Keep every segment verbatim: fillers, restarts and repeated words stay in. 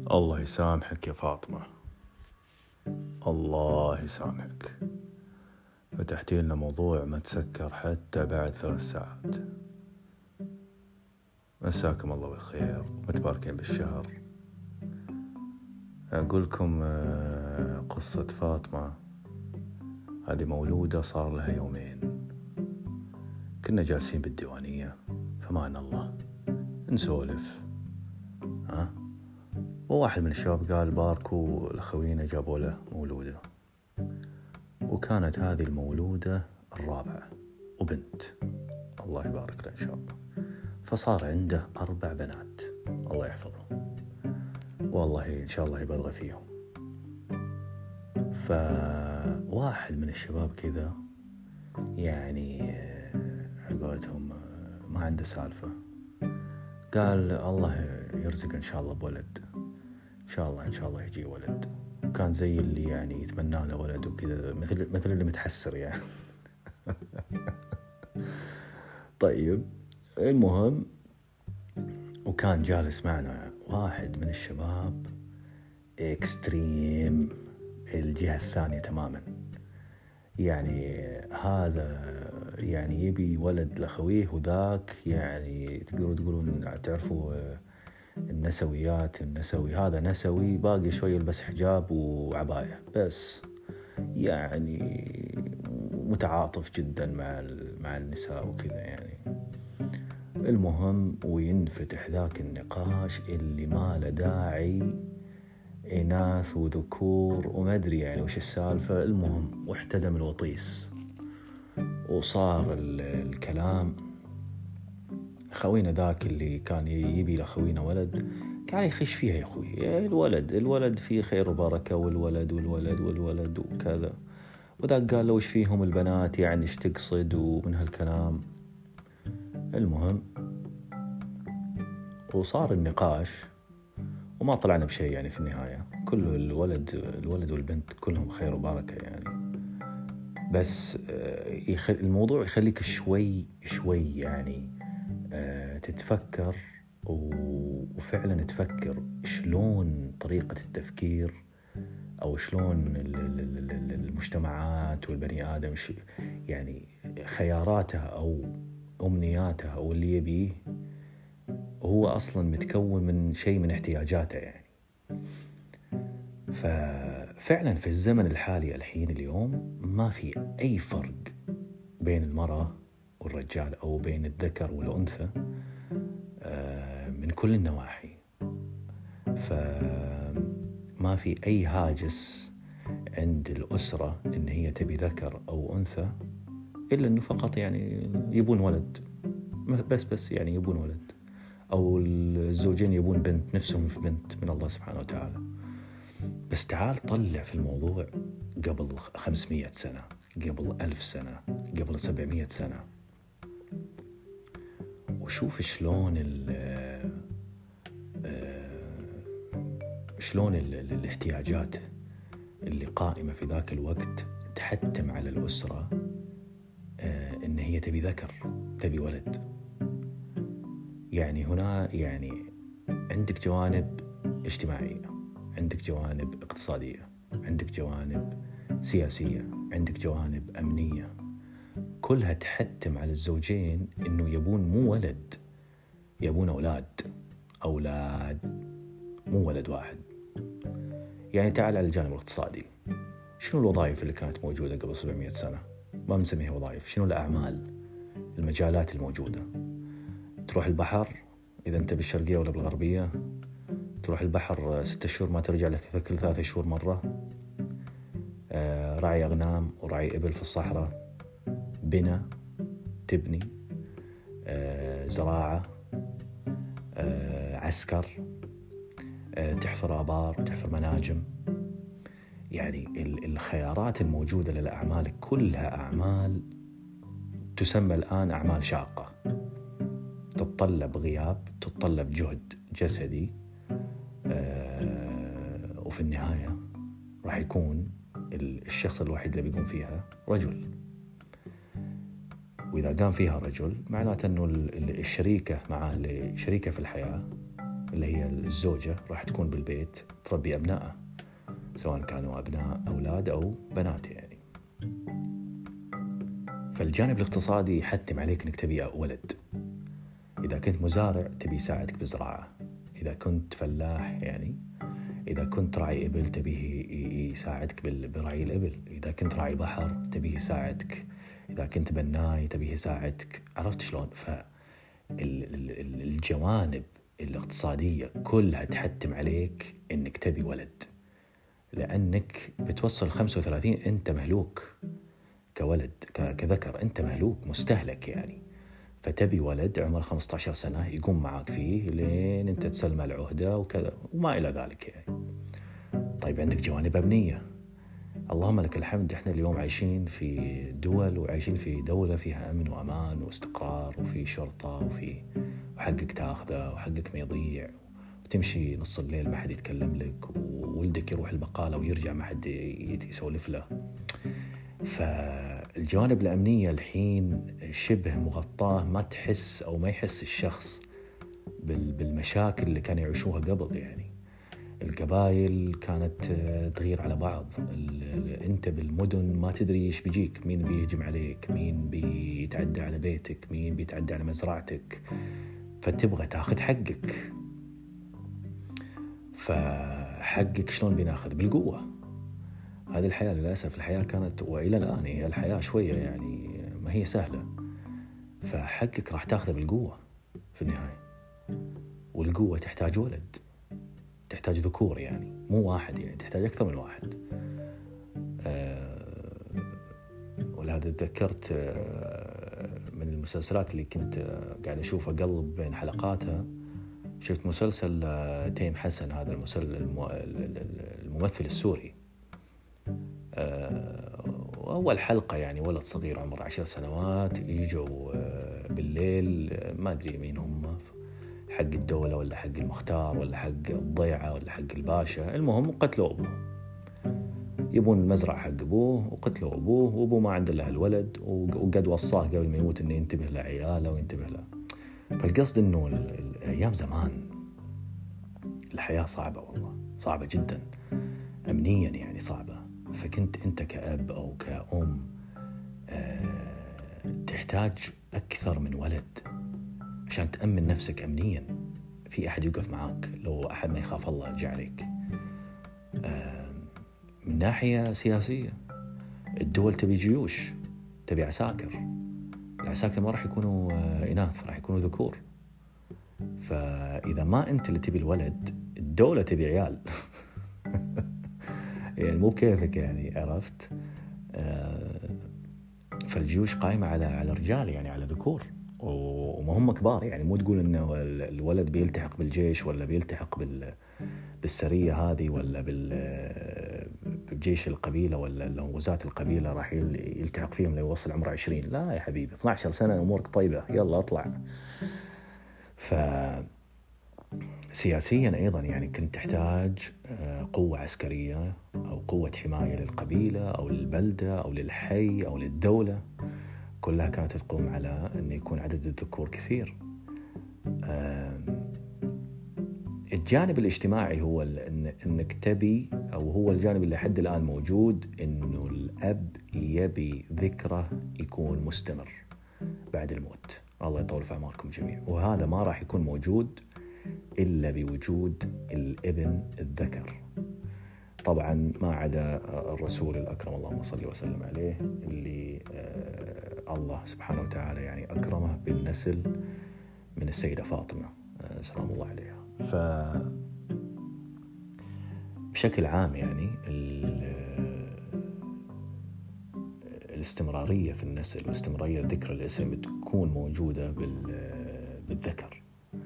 الله يسامحك يا فاطمة، الله يسامحك. فتحتي لنا موضوع ما تسكر حتى بعد ثلاث ساعات. مساكم الله بالخير، متباركين بالشهر. أقول لكم قصة فاطمة. هذه مولودة صار لها يومين. كنا جالسين بالديوانية فمان الله نسولف، ها وواحد من الشباب قال باركو الخوينا جابوا له مولودة، وكانت هذه المولودة الرابعة وبنت، الله يبارك له إن شاء الله. فصار عنده أربع بنات الله يحفظهم، والله إن شاء الله يبلغ فيهم. فواحد من الشباب كذا يعني قولتهم ما عنده سالفة، قال الله يرزق إن شاء الله بولد، إن شاء الله إن شاء الله يجي ولد. كان زي اللي يعني يتمنى له ولد وكذا، مثل مثل اللي متحسر يعني. طيب المهم، وكان جالس معنا واحد من الشباب اكستريم، الجهة الثانية تماما، يعني هذا يعني يبي ولد لخويه، وذاك يعني تقولوا تقولون تعرفوا النسويات، النسوي هذا نسوي باقي شوي يلبس حجاب وعباية بس، يعني متعاطف جدا مع مع النساء وكذا يعني. المهم وينفتح ذاك النقاش اللي ما له داعي، إناث وذكور وما أدري يعني وش السالفة. المهم واحتدم الوطيس وصار الكلام. خوينا ذاك اللي كان يبي لخوينا ولد قال يخش فيها يا أخوي، الولد الولد فيه خير وبركة، والولد والولد والولد وكذا. وذاك قال له وش فيهم البنات يعني ايش تقصد ومن هالكلام. المهم وصار النقاش وما طلعنا بشيء يعني في النهاية، كله الولد الولد والبنت كلهم خير وبركة يعني. بس يخل الموضوع يخليك شوي شوي يعني تتفكر، وفعلا تفكر شلون طريقة التفكير أو شلون المجتمعات والبني آدم يعني خياراتها أو أمنياتها أو اللي يبيه هو أصلا متكون من شيء من احتياجاته يعني. ففعلا في الزمن الحالي الحين اليوم ما في أي فرق بين المرأة والرجال أو بين الذكر والأنثى من كل النواحي. فما في أي هاجس عند الأسرة إن هي تبي ذكر أو أنثى، إلا إنه فقط يعني يبون ولد بس بس يعني يبون ولد، أو الزوجين يبون بنت، نفسهم في بنت من الله سبحانه وتعالى. بس تعال طلع في الموضوع قبل خمسمية سنة، قبل ألف سنة، قبل سبعمية سنة، وشوف شلون ال شلون ال الاحتياجات اللي قائمة في ذاك الوقت تحتم على الأسرة إن هي تبي ذكر، تبي ولد. يعني هنا يعني عندك جوانب اجتماعية، عندك جوانب اقتصادية، عندك جوانب سياسية، عندك جوانب أمنية، كلها تحتم على الزوجين إنه يبون مو ولد، يبون أولاد أولاد مو ولد واحد. يعني تعال على الجانب الاقتصادي، شنو الوظائف اللي كانت موجودة قبل سبعمية سنة؟ ما بنسميها وظائف، شنو الأعمال، المجالات الموجودة. تروح البحر إذا أنت بالشرقية ولا بالغربية، تروح البحر ستة شهور ما ترجع لك كل ثلاثة شهور مرة. آه رعي أغنام ورعي إبل في الصحراء، بنا تبني، آه زراعة، آه عسكر، آه تحفر آبار، تحفر مناجم. يعني الخيارات الموجودة للأعمال كلها أعمال تسمى الآن أعمال شاقة، تتطلب غياب، تتطلب جهد جسدي، آه وفي النهاية راح يكون الشخص الوحيد اللي بيقوم فيها رجل. وإذا قام فيها رجل معناته أنه الشريكة معه، شريكة في الحياة، اللي هي الزوجة راح تكون بالبيت تربي أبنائها، سواء كانوا أبناء أولاد أو بنات يعني. فالجانب الاقتصادي يحتم عليك إنك تبي ولد. إذا كنت مزارع تبي يساعدك بالزراعة، إذا كنت فلاح يعني، إذا كنت راعي إبل تبيه يساعدك برعي الإبل، إذا كنت راعي بحر تبيه يساعدك، إذا كنت بناي تبيه يساعدك. عرفت شلون؟ فالجوانب الاقتصادية كلها تحتم عليك إنك تبي ولد، لأنك بتوصل خمسة وثلاثين أنت مهلوك كولد كذكر، أنت مهلوك مستهلك يعني. فتبي ولد عمر خمسة عشر سنة يقوم معك فيه لين أنت تسلم العهدة وكذا وما إلى ذلك يعني. طيب عندك جوانب أمنية، اللهم لك الحمد، إحنا اليوم عايشين في دول وعايشين في دولة فيها أمن وأمان واستقرار، وفي شرطة، وفي وحقك تاخذه وحقك ما يضيع، وتمشي نص الليل ما حد يتكلم لك، وولدك يروح البقالة ويرجع ما حد يسولف له. فالجوانب الأمنية الحين شبه مغطاة، ما تحس أو ما يحس الشخص بالمشاكل اللي كانوا يعيشوها قبل يعني. القبائل كانت تغير على بعض، أنت بالمدن ما تدري إيش بيجيك، مين بيهجم عليك، مين بيتعدى على بيتك، مين بيتعدى على مزرعتك، فتبغى تاخذ حقك. فحقك شلون بناخذ؟ بالقوة. هذه الحياة للأسف، الحياة كانت وإلى الآن هي الحياة شوية يعني ما هي سهلة، فحقك راح تاخذه بالقوة في النهاية. والقوة تحتاج ولد، تحتاج ذكور يعني، مو واحد يعني، تحتاج أكثر من واحد. أه ولهذا تذكرت أه من المسلسلات اللي كنت قاعد أشوف أقلب بين حلقاتها، شفت مسلسل أه تيم حسن، هذا المسلسل الممثل السوري. أول حلقة يعني ولد صغير عمره عشر سنوات يجوا بالليل، ما أدري مين هم، حق الدولة ولا حق المختار ولا حق الضيعة ولا حق الباشا، المهم قتلوا أبوه، يبون المزرعة حق أبوه وقتلوا أبوه، وأبوه ما عنده إلا الولد، وقد وصاه قبل ما يموت إنه ينتبه لعياله وينتبه له. فالقصد إنه الأيام زمان الحياة صعبة، والله صعبة جدا أمنيا يعني صعبة. فكنت أنت كأب أو كأم أه تحتاج أكثر من ولد عشان تأمن نفسك أمنيا، في أحد يوقف معاك لو أحد ما يخاف الله جاء عليك. أه من ناحية سياسية، الدول تبي جيوش، تبي عساكر، العساكر ما راح يكونوا إناث، راح يكونوا ذكور. فإذا ما أنت اللي تبي الولد، الدولة تبي عيال يعني مو بكيفك يعني، عرفت؟ آه فالجيوش قائمة على على رجال يعني، على ذكور، وما هم كبار يعني. مو تقول إنه الولد بيلتحق بالجيش ولا بيلتحق بال بالسرية هذه ولا بالجيش القبيلة ولا وزارة القبيلة راح يلتحق فيهم ليوصل عمره عشرين. لا يا حبيبي، اثني عشر سنة أمورك طيبة، يلا اطلع. ف سياسيا أيضا يعني كنت تحتاج قوة عسكرية أو قوة حماية للقبيلة أو للبلدة أو للحي أو للدولة، كلها كانت تقوم على أن يكون عدد الذكور كثير. الجانب الاجتماعي هو إن إنك تبي، أو هو الجانب اللي حد الآن موجود، إنه الأب يبي ذكره يكون مستمر بعد الموت. الله يطول في أعماركم جميعا. وهذا ما راح يكون موجود إلا بوجود الابن الذكر، طبعا ما عدا الرسول الأكرم اللهم صل وسلم عليه، اللي آه الله سبحانه وتعالى يعني أكرمه بالنسل من السيدة فاطمة آه سلام الله عليها. ف بشكل عام يعني الاستمرارية في النسل واستمرارية ذكر الاسم تكون موجودة بالذكر.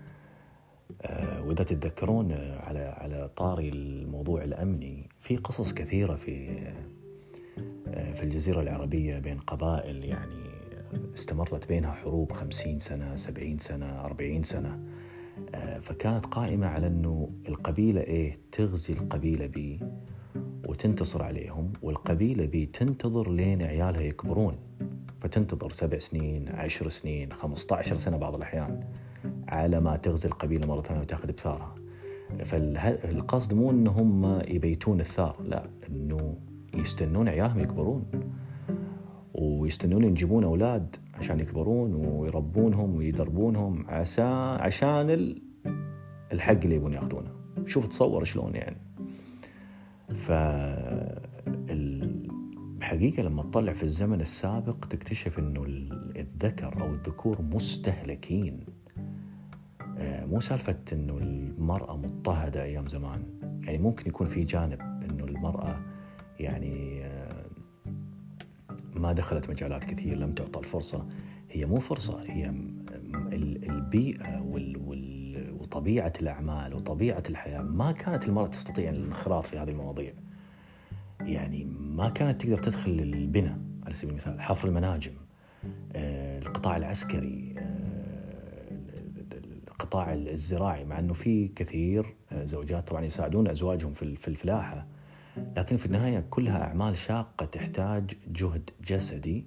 وإذا تتذكرون على على طاري الموضوع الأمني، في قصص كثيرة في في الجزيرة العربية بين قبائل يعني استمرت بينها حروب خمسين سنة، سبعين سنة، أربعين سنة، فكانت قائمة على أنه القبيلة A تغزي القبيلة B وتنتصر عليهم، والقبيلة B تنتظر لين عيالها يكبرون، فتنتظر سبع سنين، عشر سنين، خمسة عشر سنة بعض الأحيان على ما تغزي القبيلة مرة ثانية وتأخذ بثارها. فالقصد مو إن هم يبيتون الثار، لا، إنه يستنون عيالهم يكبرون ويستنون ينجبون أولاد عشان يكبرون ويربونهم ويدربونهم عسى عشان الحق اللي يبون يأخذونه. شوف تصور شلون يعني. فالحقيقة لما تطلع في الزمن السابق تكتشف إنه الذكر أو الذكور مستهلكين. مو سالفة إنه المرأة مضطهدة أيام زمان، يعني ممكن يكون في جانب إنه المرأة يعني ما دخلت مجالات كثير، لم تعطى الفرصة. هي مو فرصة، هي البيئة وطبيعة الأعمال وطبيعة الحياة ما كانت المرأة تستطيع الانخراط في هذه المواضيع. يعني ما كانت تقدر تدخل البناء على سبيل المثال، حفر المناجم، القطاع العسكري، القطاع الزراعي، مع أنه في كثير زوجات طبعا يساعدون أزواجهم في الفلاحة، لكن في النهاية كلها أعمال شاقة تحتاج جهد جسدي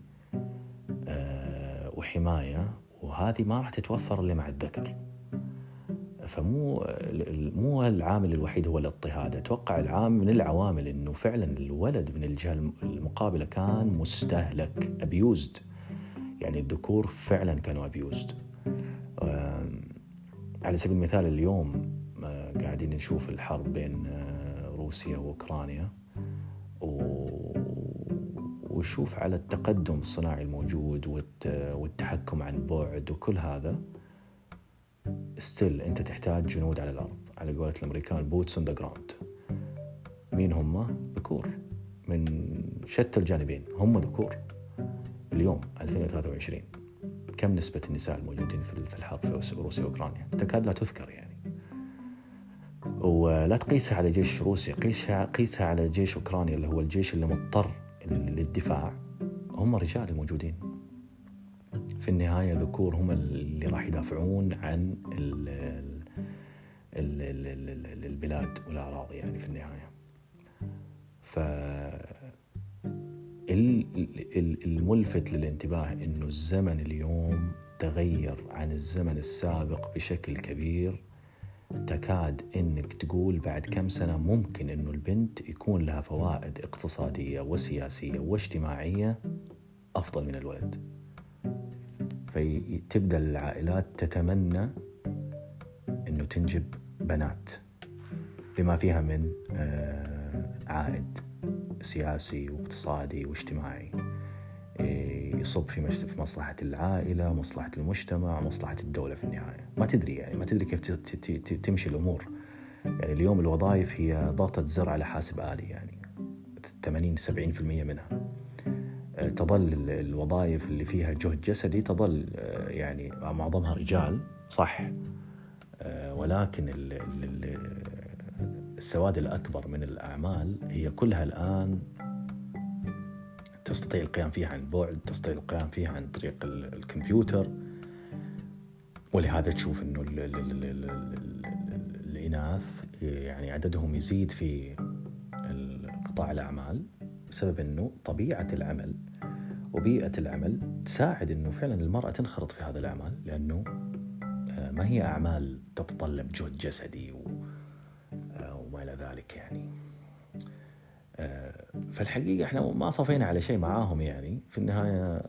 وحماية، وهذه ما راح تتوفر إلا مع الذكر. فمو مو العامل الوحيد هو الاضطهاد. أتوقع العامل من العوامل إنه فعلا الولد من الجهة المقابلة كان مستهلك، أبيوزد. يعني الذكور فعلا كانوا أبيوزد. على سبيل المثال اليوم قاعدين نشوف الحرب بين روسيا وأوكرانيا، وشوف على التقدم الصناعي الموجود والتحكم عن بعد وكل هذا، ستيل أنت تحتاج جنود على الأرض، على قولة الأمريكان boots on the ground. مين هم؟ ذكور من شتى الجانبين، هم ذكور. اليوم ألفين وثلاثة وعشرين كم نسبة النساء الموجودين في الحرب في روسيا وأوكرانيا؟ تكاد لا تذكر يعني. ولا تقيسها على جيش روسيا، قيسها قيسها على جيش أوكرانيا اللي هو الجيش اللي مضطر للدفاع. هم رجال الموجودين في النهاية، ذكور هم اللي راح يدافعون عن ال ال ال ال البلاد والأراضي يعني في النهاية. ف الملفت للانتباه إنه الزمن اليوم تغير عن الزمن السابق بشكل كبير. تكاد إنك تقول بعد كم سنة ممكن إنه البنت يكون لها فوائد اقتصادية وسياسية واجتماعية أفضل من الولد. فتبدأ العائلات تتمنى إنه تنجب بنات لما فيها من عائد سياسي واقتصادي واجتماعي يصب في مصلحة العائلة، مصلحة المجتمع، مصلحة الدولة في النهاية. ما تدري يعني ما تدري كيف تمشي الأمور. يعني اليوم الوظائف هي ضغطة زر على حاسب آلي، يعني ثمانين سبعين في المية منها. تظل الوظائف اللي فيها جهد جسدي تظل يعني معظمها رجال صح، ولكن السواد الأكبر من الأعمال هي كلها الآن تستطيع القيام فيها عن بعد، تستطيع القيام فيها عن طريق الكمبيوتر. ولهذا تشوف إنه الإناث يعني عددهم يزيد في قطاع الأعمال بسبب إنه طبيعة العمل وبيئة العمل تساعد إنه فعلا المرأة تنخرط في هذا الأعمال، لأنه ما هي أعمال تتطلب جهد جسدي وما إلى ذلك يعني. فالحقيقة إحنا ما صفينا على شيء معاهم يعني. في النهاية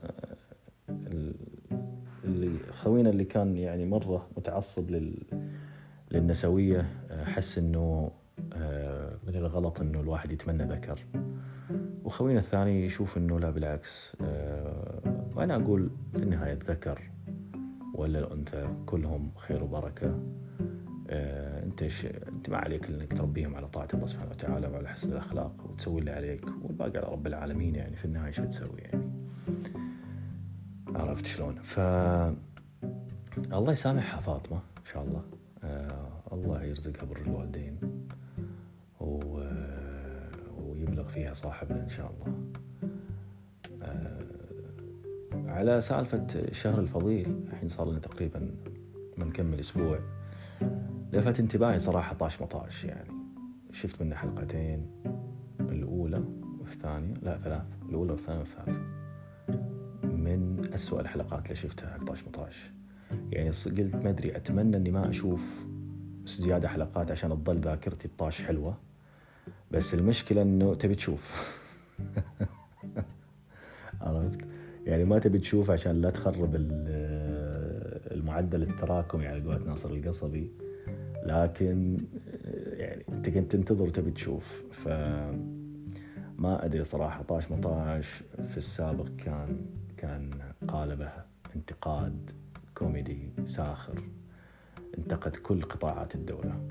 اللي خوينا اللي كان يعني مرة متعصب لل للنسوية حس إنه من الغلط إنه الواحد يتمنى ذكر، وخوينا الثاني يشوف إنه لا بالعكس. وأنا أقول في النهاية الذكر ولا الأنثى كلهم خير وبركة. أنت ش... أنت ما عليك إنك تربيهم على طاعة الله سبحانه وتعالى وعلى حسن الأخلاق وتسوي اللي عليك، والباقي على رب العالمين يعني. في النهاية شو بتسوي يعني؟ عرفت شلون؟ ف الله يسامحها فاطمة إن شاء الله. آه الله يرزقها بر الوالدين و... ويبلغ فيها صاحبنا إن شاء الله. آه على سالفة الشهر الفضيل، الحين صار لنا تقريبا ما نكمل أسبوع. لفت انتباهي صراحة طاش مطاش، يعني شفت منه حلقتين، الأولى والثانية، لا ثلاث، الأولى والثانية والثالثة، من أسوأ الحلقات اللي شفتها طاش مطاش. يعني قلت ما أدري، أتمنى أني ما أشوف زيادة حلقات عشان تظل ذاكرتي بطاش حلوة، بس المشكلة أنه تبي تشوف. عرفت؟ يعني ما تبي تشوف عشان لا تخرب المعدل التراكمي على قولة ناصر القصبي، لكن يعني أنت كنت تنتظر وتبي تشوف. فما أدري صراحة، طاش مطاش في السابق كان كان قالبه انتقاد كوميدي ساخر، انتقد كل قطاعات الدولة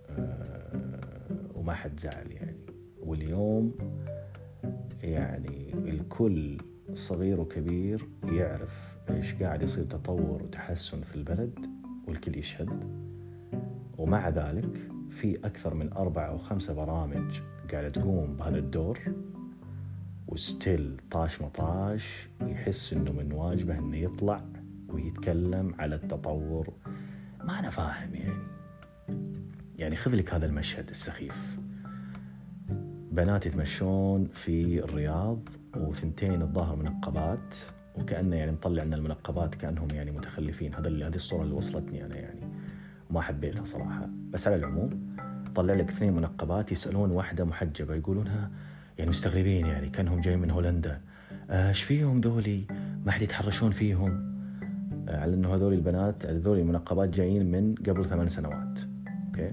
وما حد زعل يعني. واليوم يعني الكل صغير وكبير يعرف إيش قاعد يصير تطور وتحسن في البلد، والكل يشهد. ومع ذلك في أكثر من أربعة أو خمسة برامج قاعدة تقوم بهذا الدور، وستيل طاش مطاش يحس إنه من واجبه إنه يطلع ويتكلم على التطور. ما أنا فاهم يعني. يعني خذ لك هذا المشهد السخيف، بنات يتمشون في الرياض وثنتين الظاهر منقبات، وكأنه يعني مطلع لنا المنقبات كأنهم يعني متخلفين. هذا اللي هذه الصورة اللي وصلتني أنا يعني، وما حبيتها صراحة. بس على العموم طلع لك اثنين منقبات يسألون واحدة محجبة، يقولونها يعني مستغربين يعني كأنهم جايين من هولندا، ايش فيهم ذولي ما حد يتحرشون فيهم، على انه هذول البنات هذول المنقبات جايين من قبل ثمان سنوات. اوكي،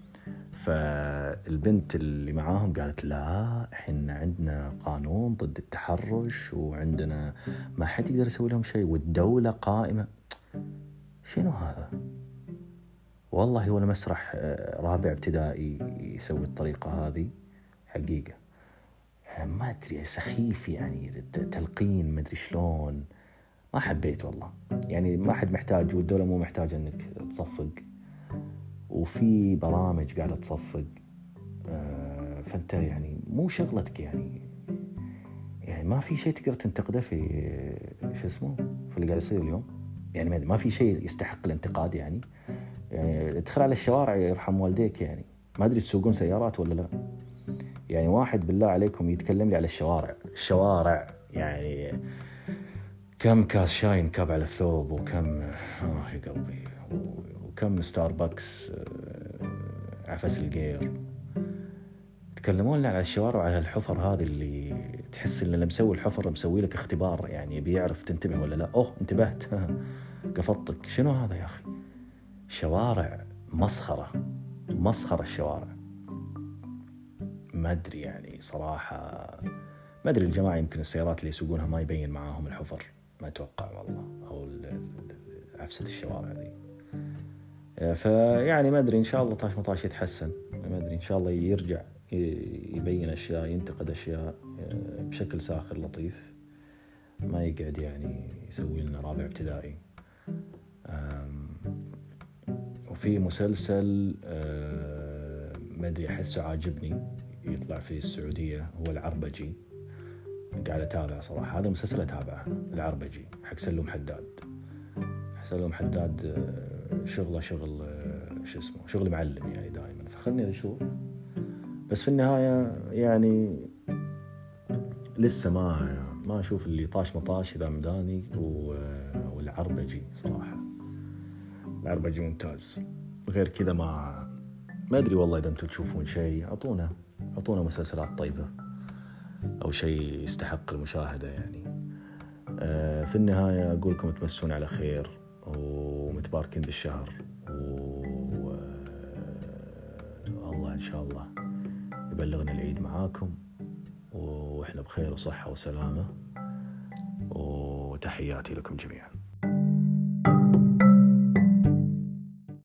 فالبنت اللي معاهم قالت لا احنا عندنا قانون ضد التحرش، وعندنا ما حد يقدر يسوي لهم شيء، والدولة قائمة. شنو هذا؟ والله ولا مسرح رابع ابتدائي يسوي الطريقة هذه حقيقة. ما أدري، سخيف يعني، تلقين ما أدري شلون. ما حبيت والله يعني. ما حد محتاج، والدولة مو محتاجة أنك تصفق، وفي برامج قاعدة تصفق. فأنت يعني مو شغلتك يعني. يعني ما في شيء تقدر تنتقده في شو اسمه في اللي قاعد يصير اليوم. يعني ما في شيء يستحق الانتقاد يعني. يعني ادخل على الشوارع يرحم والديك يعني. ما أدري تسوقون سيارات ولا لا؟ يعني واحد بالله عليكم يتكلم لي على الشوارع الشوارع يعني كم كاس شاي انكب على الثوب، وكم آه يا قلبي، وكم ستاربكس عفس القير. تكلمون لنا على الشوارع وعلى الحفر هذه اللي تحس ان اللي مسوي الحفر مسوي لك اختبار يعني، بيعرف تنتبه ولا لا. اوه انتبهت قفطتك. شنو هذا يا اخي؟ شوارع مسخرة مسخرة الشوارع. ما ادري يعني صراحة، ما ادري الجماعة يمكن السيارات اللي يسوقونها ما يبين معاهم الحفر، ما اتوقع والله، او عفسة الشوارع دي. فيعني ما ادري، ان شاء الله طاش مطاش يتحسن. ما ادري، ان شاء الله يرجع يبين اشياء، ينتقد اشياء بشكل ساخر لطيف، ما يقعد يعني يسوي لنا رابع ابتدائي. وفي مسلسل ما ادري احسه عاجبني، يطلع في السعودية، هو العربجي. قاعد اتابع صراحة، هذا مسلسل اتابعه، العربجي حق سلوم حداد. سلوم حداد شغله شغل شو اسمه شغل معلم يعني دائما، فخلني اشوف. بس في النهاية يعني لسه ما ما اشوف اللي طاش مطاش اذا مداني والعربجي صراحة. العربجي ممتاز، غير كذا ما ما ادري والله. اذا انتم تشوفون شيء اعطونا اعطونا مسلسلات طيبة او شيء يستحق المشاهدة يعني. آه في النهاية اقول لكم تمسون على خير ومتباركين بالشهر، والله ان شاء الله يبلغنا العيد معاكم واحنا بخير وصحة وسلامة، وتحياتي لكم جميعا.